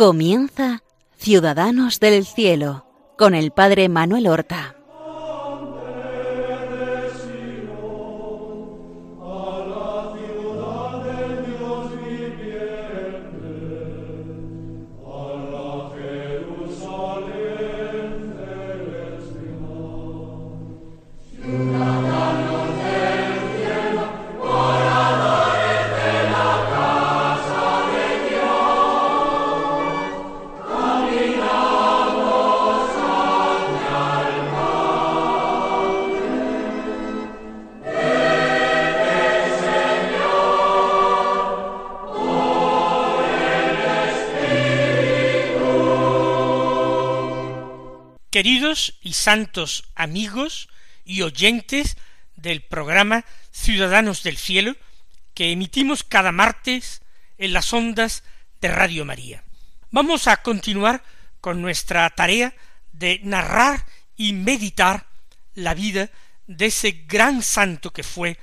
Comienza Ciudadanos del Cielo con el Padre Manuel Horta. Queridos y santos amigos y oyentes del programa Ciudadanos del Cielo, que emitimos cada martes en las ondas de Radio María. Vamos a continuar con nuestra tarea de narrar y meditar la vida de ese gran santo que fue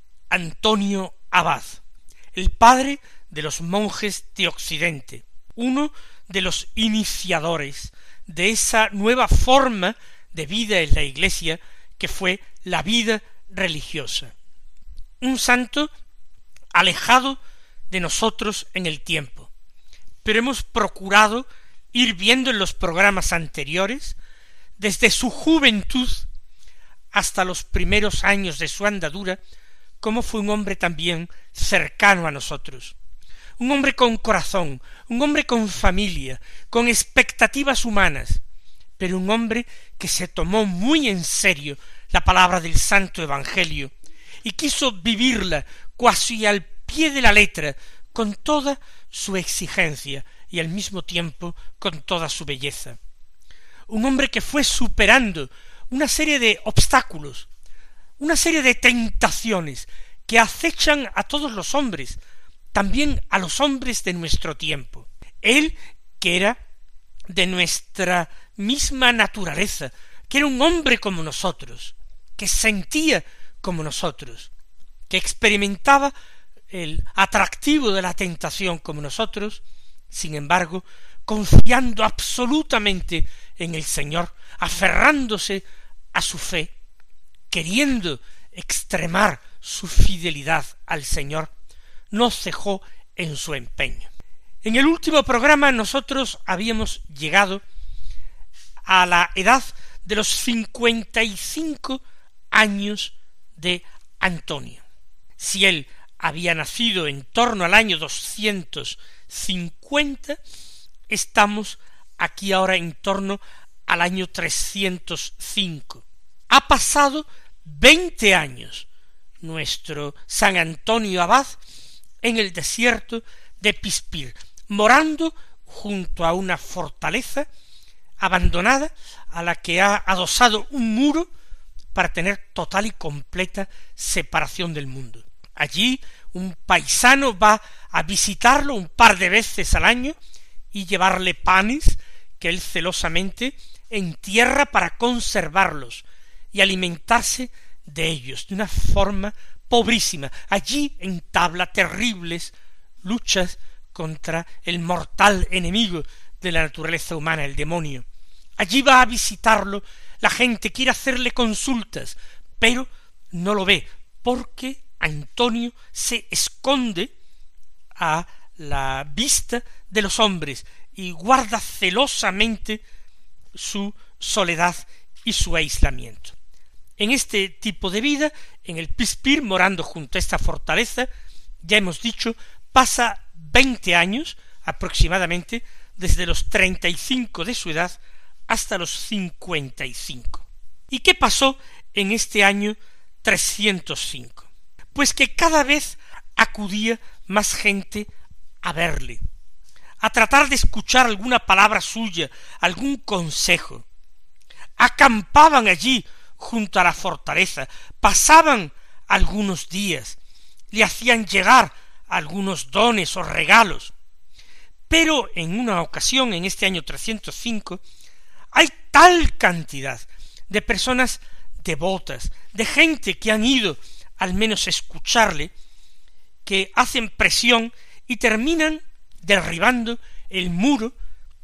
Antonio Abad, el padre de los monjes de Occidente, uno de los iniciadores de esa nueva forma de vida en la Iglesia que fue la vida religiosa. Un santo alejado de nosotros en el tiempo, pero hemos procurado ir viendo en los programas anteriores, desde su juventud hasta los primeros años de su andadura, cómo fue un hombre también cercano a nosotros. Un hombre con corazón, un hombre con familia, con expectativas humanas, pero un hombre que se tomó muy en serio la palabra del Santo Evangelio y quiso vivirla cuasi al pie de la letra, con toda su exigencia y al mismo tiempo con toda su belleza. Un hombre que fue superando una serie de obstáculos, una serie de tentaciones que acechan a todos los hombres, también a los hombres de nuestro tiempo. Él, que era de nuestra misma naturaleza, que era un hombre como nosotros, que sentía como nosotros, que experimentaba el atractivo de la tentación como nosotros, sin embargo, confiando absolutamente en el Señor, aferrándose a su fe, queriendo extremar su fidelidad al Señor, no cejó en su empeño. En el último programa nosotros habíamos llegado a la edad de los 55 años de Antonio. Si él había nacido en torno al año 250, estamos aquí ahora en torno al año 305. Ha pasado 20 años nuestro San Antonio Abad en el desierto de Pispir, morando junto a una fortaleza abandonada a la que ha adosado un muro para tener total y completa separación del mundo. Allí un paisano va a visitarlo un par de veces al año y llevarle panes que él celosamente entierra para conservarlos y alimentarse de ellos de una forma pobrísima. Allí entabla terribles luchas contra el mortal enemigo de la naturaleza humana, el demonio. Allí va a visitarlo, la gente quiere hacerle consultas, pero no lo ve, porque Antonio se esconde a la vista de los hombres y guarda celosamente su soledad y su aislamiento. En este tipo de vida, en el Pispir, morando junto a esta fortaleza, ya hemos dicho, pasa 20 años aproximadamente, desde los 35 de su edad hasta los 55. ¿Y qué pasó en este año 305? Pues que cada vez acudía más gente a verle, a tratar de escuchar alguna palabra suya, algún consejo. Acampaban allí junto a la fortaleza, pasaban algunos días, le hacían llegar algunos dones o regalos. Pero en una ocasión, en este año 305, hay tal cantidad de personas devotas, de gente que han ido al menos escucharle, que hacen presión y terminan derribando el muro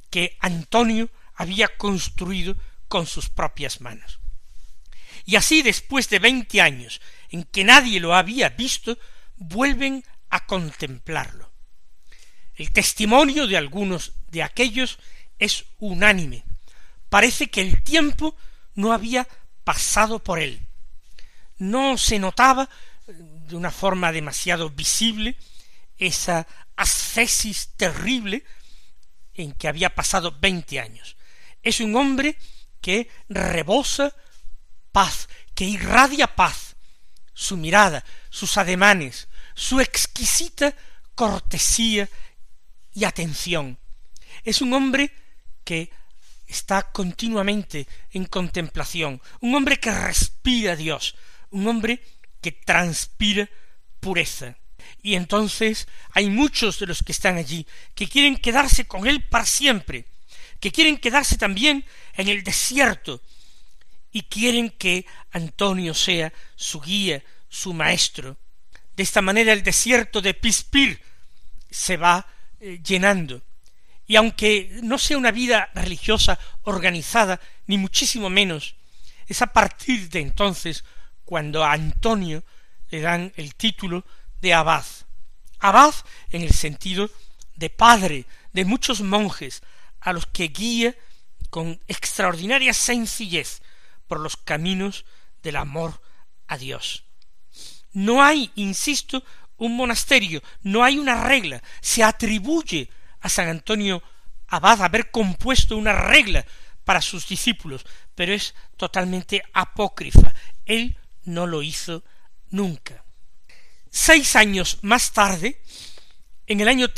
que Antonio había construido con sus propias manos. Y así, después de 20 años en que nadie lo había visto, vuelven a contemplarlo. El testimonio de algunos de aquellos es unánime. Parece que el tiempo no había pasado por él. No se notaba de una forma demasiado visible esa ascesis terrible en que había pasado 20 años. Es un hombre que rebosa paz, que irradia paz. Su mirada, sus ademanes, su exquisita cortesía y atención. Es un hombre que está continuamente en contemplación, un hombre que respira a Dios, un hombre que transpira pureza. Y entonces hay muchos de los que están allí que quieren quedarse con él para siempre, que quieren quedarse también en el desierto y quieren que Antonio sea su guía, su maestro. De esta manera el desierto de Pispir se va llenando. Y aunque no sea una vida religiosa organizada, ni muchísimo menos, es a partir de entonces cuando a Antonio le dan el título de abad. Abad en el sentido de padre de muchos monjes, a los que guía con extraordinaria sencillez por los caminos del amor a Dios. No hay, insisto, un monasterio, no hay una regla. Se atribuye a San Antonio Abad haber compuesto una regla para sus discípulos, pero es totalmente apócrifa. Él no lo hizo nunca. 6 años más tarde, en el año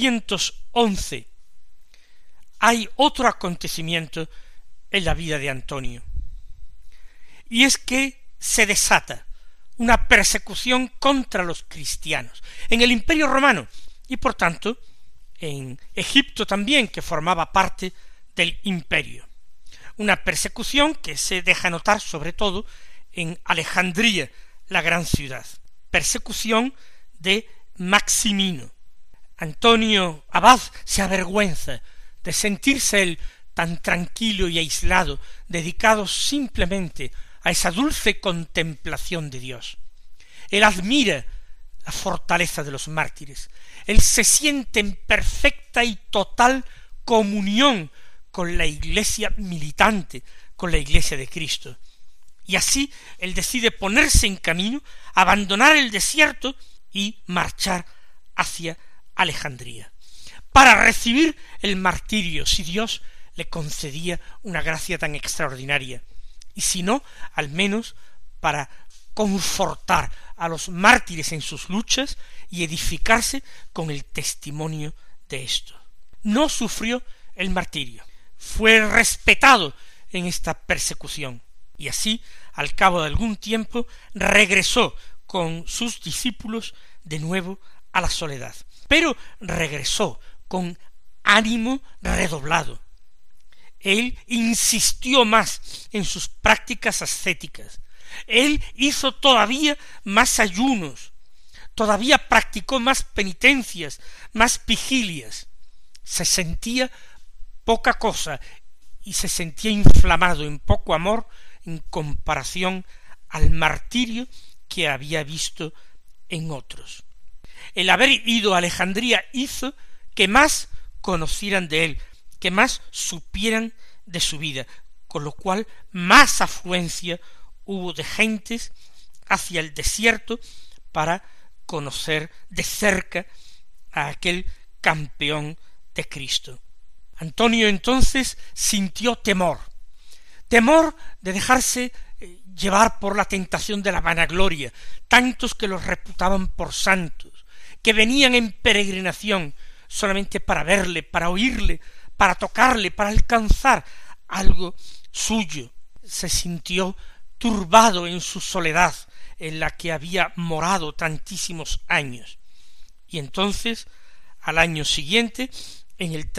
311, hay otro acontecimiento en la vida de Antonio. Y es que se desata una persecución contra los cristianos en el Imperio Romano y por tanto en Egipto también, que formaba parte del imperio. Una persecución que se deja notar sobre todo en Alejandría, la gran ciudad. Persecución de Maximino. Antonio Abad se avergüenza de sentirse él tan tranquilo y aislado, dedicado simplemente a esa dulce contemplación de Dios. Él admira la fortaleza de los mártires. Él se siente en perfecta y total comunión con la Iglesia militante, con la Iglesia de Cristo. Y así él decide ponerse en camino, abandonar el desierto y marchar hacia Alejandría, para recibir el martirio, si Dios le concedía una gracia tan extraordinaria, y si no, al menos para confortar a los mártires en sus luchas y edificarse con el testimonio de esto. No sufrió el martirio, fue respetado en esta persecución, y así, al cabo de algún tiempo, regresó con sus discípulos de nuevo a la soledad, pero regresó con ánimo redoblado. Él insistió más en sus prácticas ascéticas. Él hizo todavía más ayunos, todavía practicó más penitencias, más vigilias. Se sentía poca cosa y se sentía inflamado en poco amor en comparación al martirio que había visto en otros. El haber ido a Alejandría hizo que más conocieran de él, que más supieran de su vida, con lo cual más afluencia hubo de gentes hacia el desierto para conocer de cerca a aquel campeón de Cristo. Antonio entonces sintió temor de dejarse llevar por la tentación de la vanagloria, tantos que los reputaban por santos, que venían en peregrinación solamente para verle, para oírle, para tocarle, para alcanzar algo suyo. Se sintió turbado en su soledad, en la que había morado tantísimos años. Y entonces, al año siguiente, en el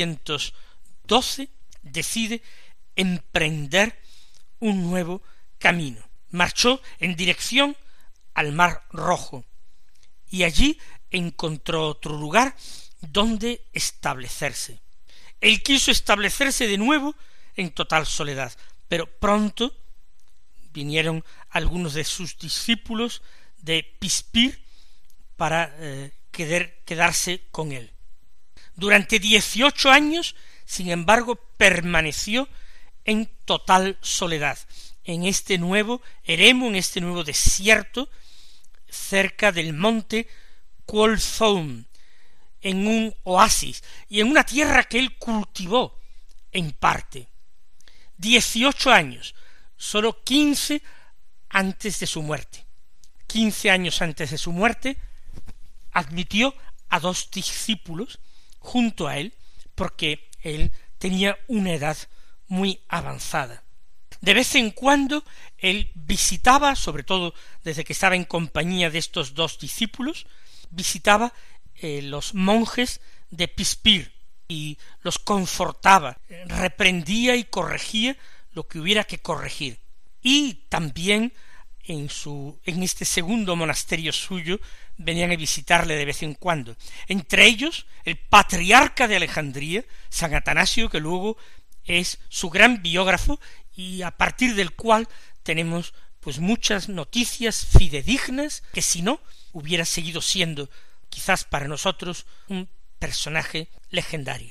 312, decide emprender un nuevo camino. Marchó en dirección al Mar Rojo, y allí encontró otro lugar donde establecerse. Él quiso establecerse de nuevo en total soledad, pero pronto vinieron algunos de sus discípulos de Pispir para quedarse con él. Durante 18 años, sin embargo, permaneció en total soledad, en este nuevo eremo, en este nuevo desierto, cerca del monte Quolthone, en un oasis y en una tierra que él cultivó en parte. 18 años, solo 15 antes de su muerte. 15 años antes de su muerte, admitió a 2 discípulos junto a él, porque él tenía una edad muy avanzada. De vez en cuando él visitaba, sobre todo desde que estaba en compañía de estos 2 discípulos, visitaba los monjes de Pispir y los confortaba, reprendía y corregía lo que hubiera que corregir. Y también en este segundo monasterio suyo venían a visitarle de vez en cuando. Entre ellos el patriarca de Alejandría, San Atanasio, que luego es su gran biógrafo y a partir del cual tenemos pues muchas noticias fidedignas que si no hubiera seguido siendo quizás para nosotros un personaje legendario.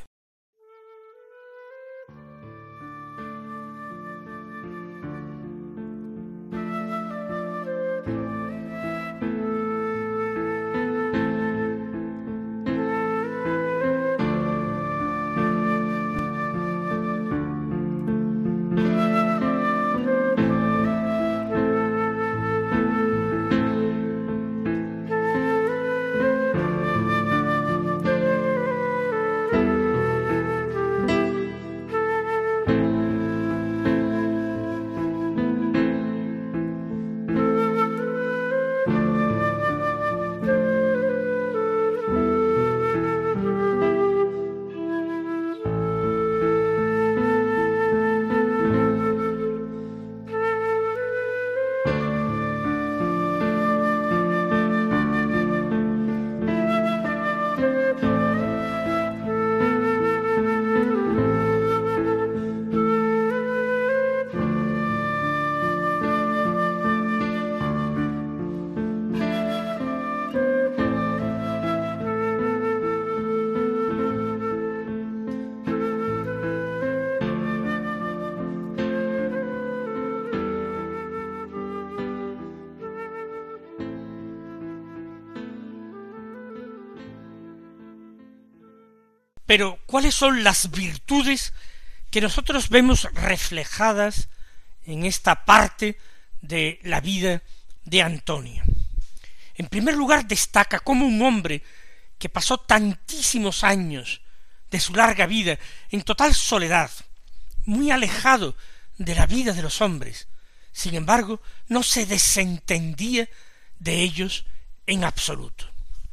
Pero, ¿cuáles son las virtudes que nosotros vemos reflejadas en esta parte de la vida de Antonio? En primer lugar, destaca cómo un hombre que pasó tantísimos años de su larga vida en total soledad, muy alejado de la vida de los hombres, sin embargo, no se desentendía de ellos en absoluto.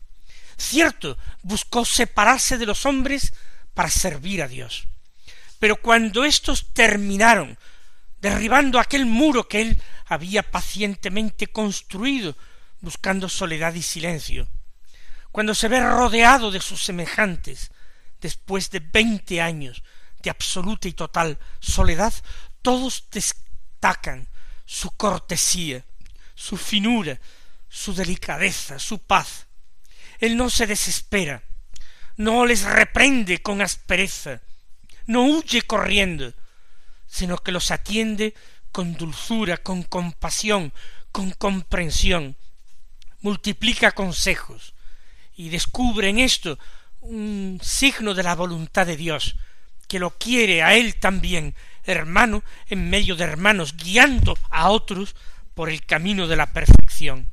Cierto, buscó separarse de los hombres para servir a Dios, pero cuando éstos terminaron derribando aquel muro que él había pacientemente construido, buscando soledad y silencio, cuando se ve rodeado de sus semejantes, después de 20 años de absoluta y total soledad, todos destacan su cortesía, su finura, su delicadeza, su paz. Él no se desespera, no les reprende con aspereza, no huye corriendo, sino que los atiende con dulzura, con compasión, con comprensión, multiplica consejos y descubre en esto un signo de la voluntad de Dios, que lo quiere a él también, hermano en medio de hermanos, guiando a otros por el camino de la perfección.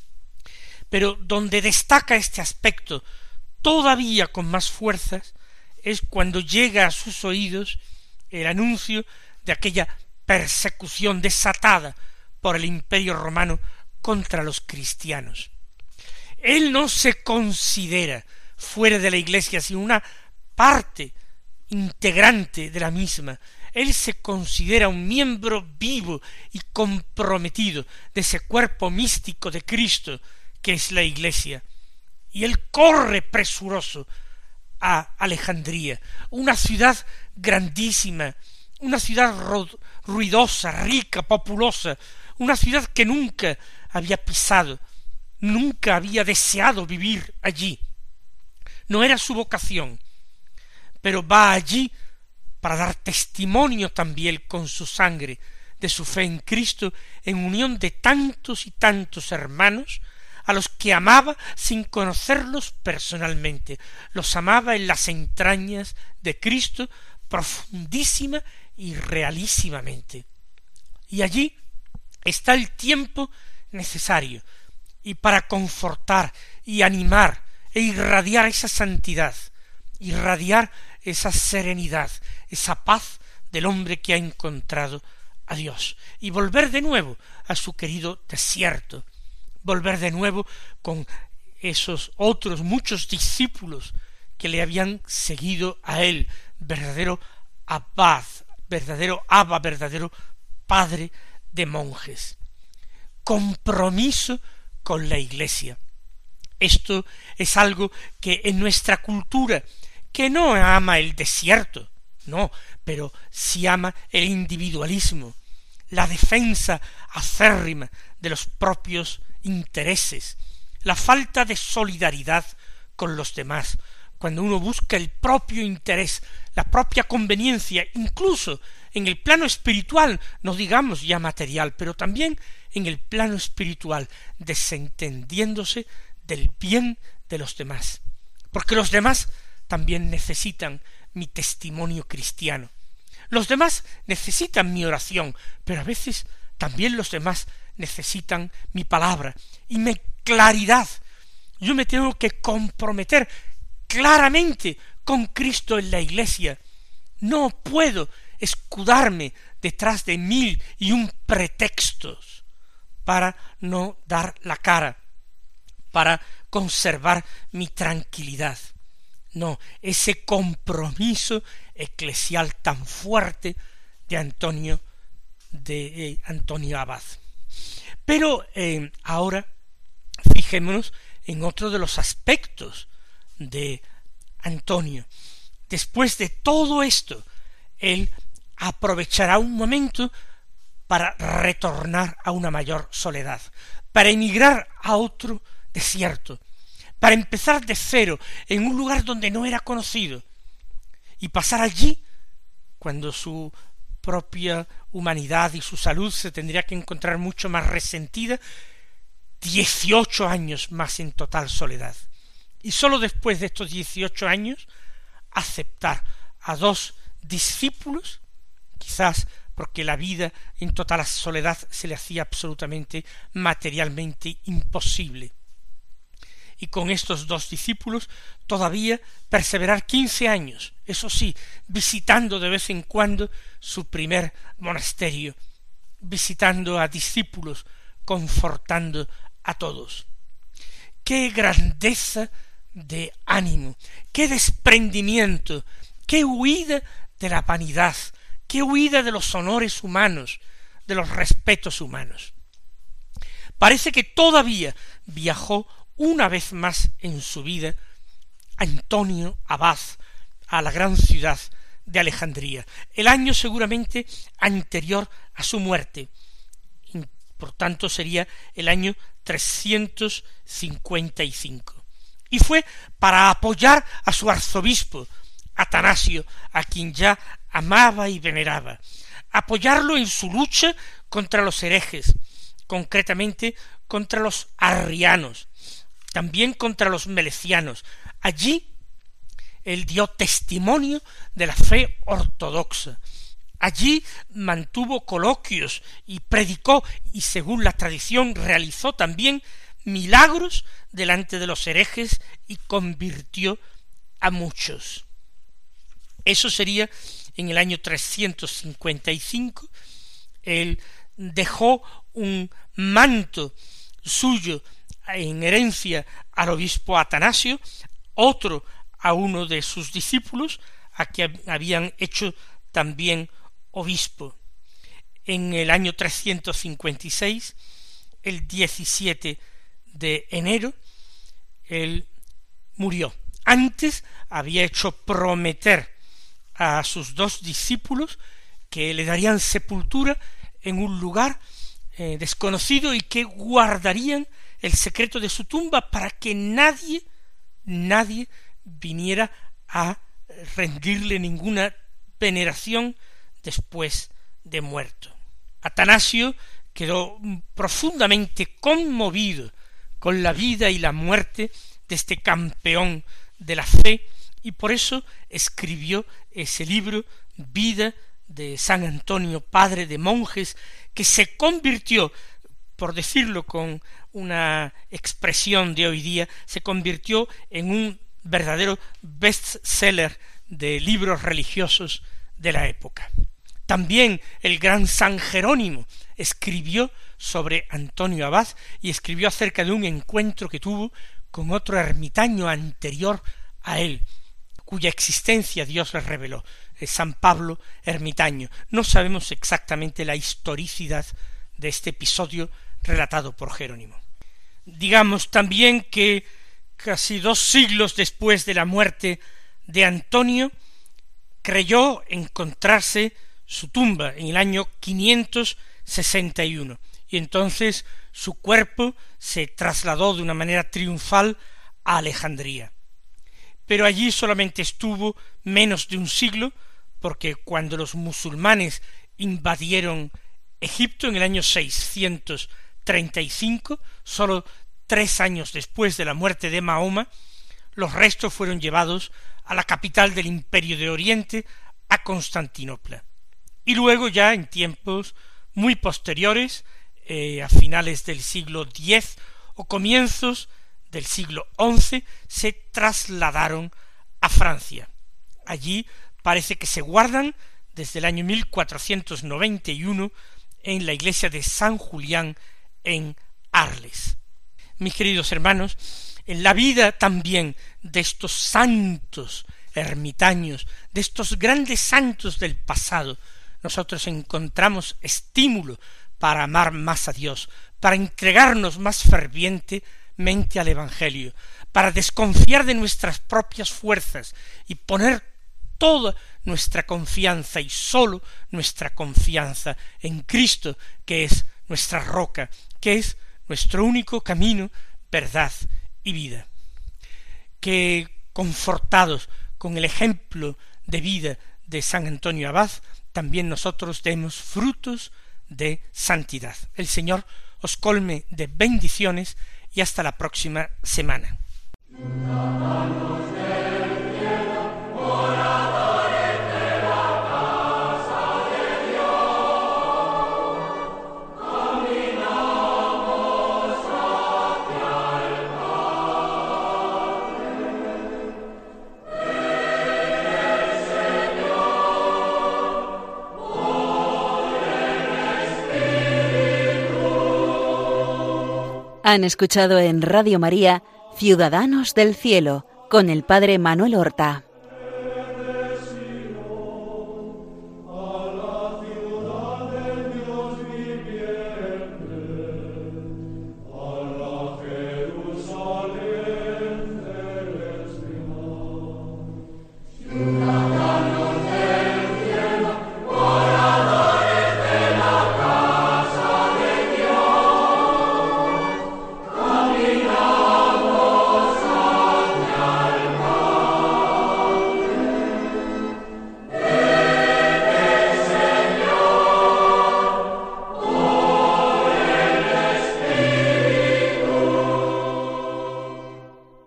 Pero donde destaca este aspecto todavía con más fuerzas es cuando llega a sus oídos el anuncio de aquella persecución desatada por el Imperio Romano contra los cristianos. Él no se considera fuera de la Iglesia, sino una parte integrante de la misma. Él se considera un miembro vivo y comprometido de ese cuerpo místico de Cristo que es la Iglesia, y él corre presuroso a Alejandría, una ciudad grandísima, una ciudad ruidosa, rica, populosa, una ciudad que nunca había pisado, nunca había deseado vivir allí. No era su vocación, pero va allí para dar testimonio también con su sangre de su fe en Cristo, en unión de tantos y tantos hermanos a los que amaba sin conocerlos personalmente. Los amaba en las entrañas de Cristo profundísima y realísimamente. Y allí está el tiempo necesario y para confortar y animar e irradiar esa santidad, irradiar esa serenidad, esa paz del hombre que ha encontrado a Dios, y volver de nuevo a su querido desierto, volver de nuevo con esos otros muchos discípulos que le habían seguido a él, verdadero abad, verdadero abba, verdadero padre de monjes. Compromiso con la Iglesia. Esto es algo que en nuestra cultura, que no ama el desierto, no, pero sí ama el individualismo, la defensa acérrima de los propios intereses, la falta de solidaridad con los demás, cuando uno busca el propio interés, la propia conveniencia, incluso en el plano espiritual, no digamos ya material, pero también en el plano espiritual, desentendiéndose del bien de los demás, porque los demás también necesitan mi testimonio cristiano. Los demás necesitan mi oración, pero a veces también los demás necesitan mi palabra y mi claridad. Yo me tengo que comprometer claramente con Cristo en la Iglesia. No puedo escudarme detrás de 1001 pretextos para no dar la cara, para conservar mi tranquilidad. No, ese compromiso eclesial tan fuerte de Antonio Abad. Pero ahora fijémonos en otro de los aspectos de Antonio. Después de todo esto, él aprovechará un momento para retornar a una mayor soledad, para emigrar a otro desierto, para empezar de cero en un lugar donde no era conocido, y pasar allí, cuando su propia humanidad y su salud se tendría que encontrar mucho más resentida, 18 años más en total soledad. Y sólo después de estos 18 años, aceptar a 2 discípulos, quizás porque la vida en total soledad se le hacía absolutamente materialmente imposible. Y con estos 2 discípulos todavía perseverar 15 años, eso sí, visitando de vez en cuando su primer monasterio, visitando a discípulos, confortando a todos. ¡Qué grandeza de ánimo! ¡Qué desprendimiento! ¡Qué huida de la vanidad! ¡Qué huida de los honores humanos, de los respetos humanos! Parece que todavía viajó una vez más en su vida Antonio Abad a la gran ciudad de Alejandría, el año seguramente anterior a su muerte, y por tanto sería el año 355, y fue para apoyar a su arzobispo Atanasio, a quien ya amaba y veneraba, apoyarlo en su lucha contra los herejes, concretamente contra los arrianos, también contra los melecianos. Allí él dio testimonio de la fe ortodoxa. Allí mantuvo coloquios y predicó, y según la tradición realizó también milagros delante de los herejes y convirtió a muchos. Eso sería en el año 355. Él dejó un manto suyo en herencia al obispo Atanasio, otro a uno de sus discípulos, a que habían hecho también obispo. En el año 356, el 17 de enero, él murió Antes había hecho prometer a sus dos discípulos que le darían sepultura en un lugar desconocido y que guardarían el secreto de su tumba para que nadie viniera a rendirle ninguna veneración después de muerto. Atanasio quedó profundamente conmovido con la vida y la muerte de este campeón de la fe, y por eso escribió ese libro, Vida de San Antonio, padre de monjes, que se convirtió, por decirlo con una expresión de hoy día, se convirtió en un verdadero bestseller de libros religiosos de la época. También el gran San Jerónimo escribió sobre Antonio Abad y escribió acerca de un encuentro que tuvo con otro ermitaño anterior a él, cuya existencia Dios le reveló, San Pablo ermitaño. No sabemos exactamente la historicidad de este episodio relatado por Jerónimo. Digamos también que casi 2 siglos después de la muerte de Antonio, creyó encontrarse su tumba en el año 561, y entonces su cuerpo se trasladó de una manera triunfal a Alejandría. Pero allí solamente estuvo menos de un siglo, porque cuando los musulmanes invadieron Egipto en el año 635, sólo 3 años después de la muerte de Mahoma, los restos fueron llevados a la capital del Imperio de Oriente, a Constantinopla. Y luego ya en tiempos muy posteriores, a finales del siglo X o comienzos del siglo XI, se trasladaron a Francia. Allí parece que se guardan desde el año 1491 en la iglesia de San Julián en Arles. Mis queridos hermanos, en la vida también de estos santos ermitaños, de estos grandes santos del pasado, nosotros encontramos estímulo para amar más a Dios, para entregarnos más fervientemente al Evangelio, para desconfiar de nuestras propias fuerzas y poner toda nuestra confianza y sólo nuestra confianza en Cristo, que es nuestra roca, que es nuestro único camino, verdad y vida. Que confortados con el ejemplo de vida de San Antonio Abad, también nosotros demos frutos de santidad. El Señor os colme de bendiciones y hasta la próxima semana. Han escuchado en Radio María Ciudadanos del Cielo con el Padre Manuel Horta.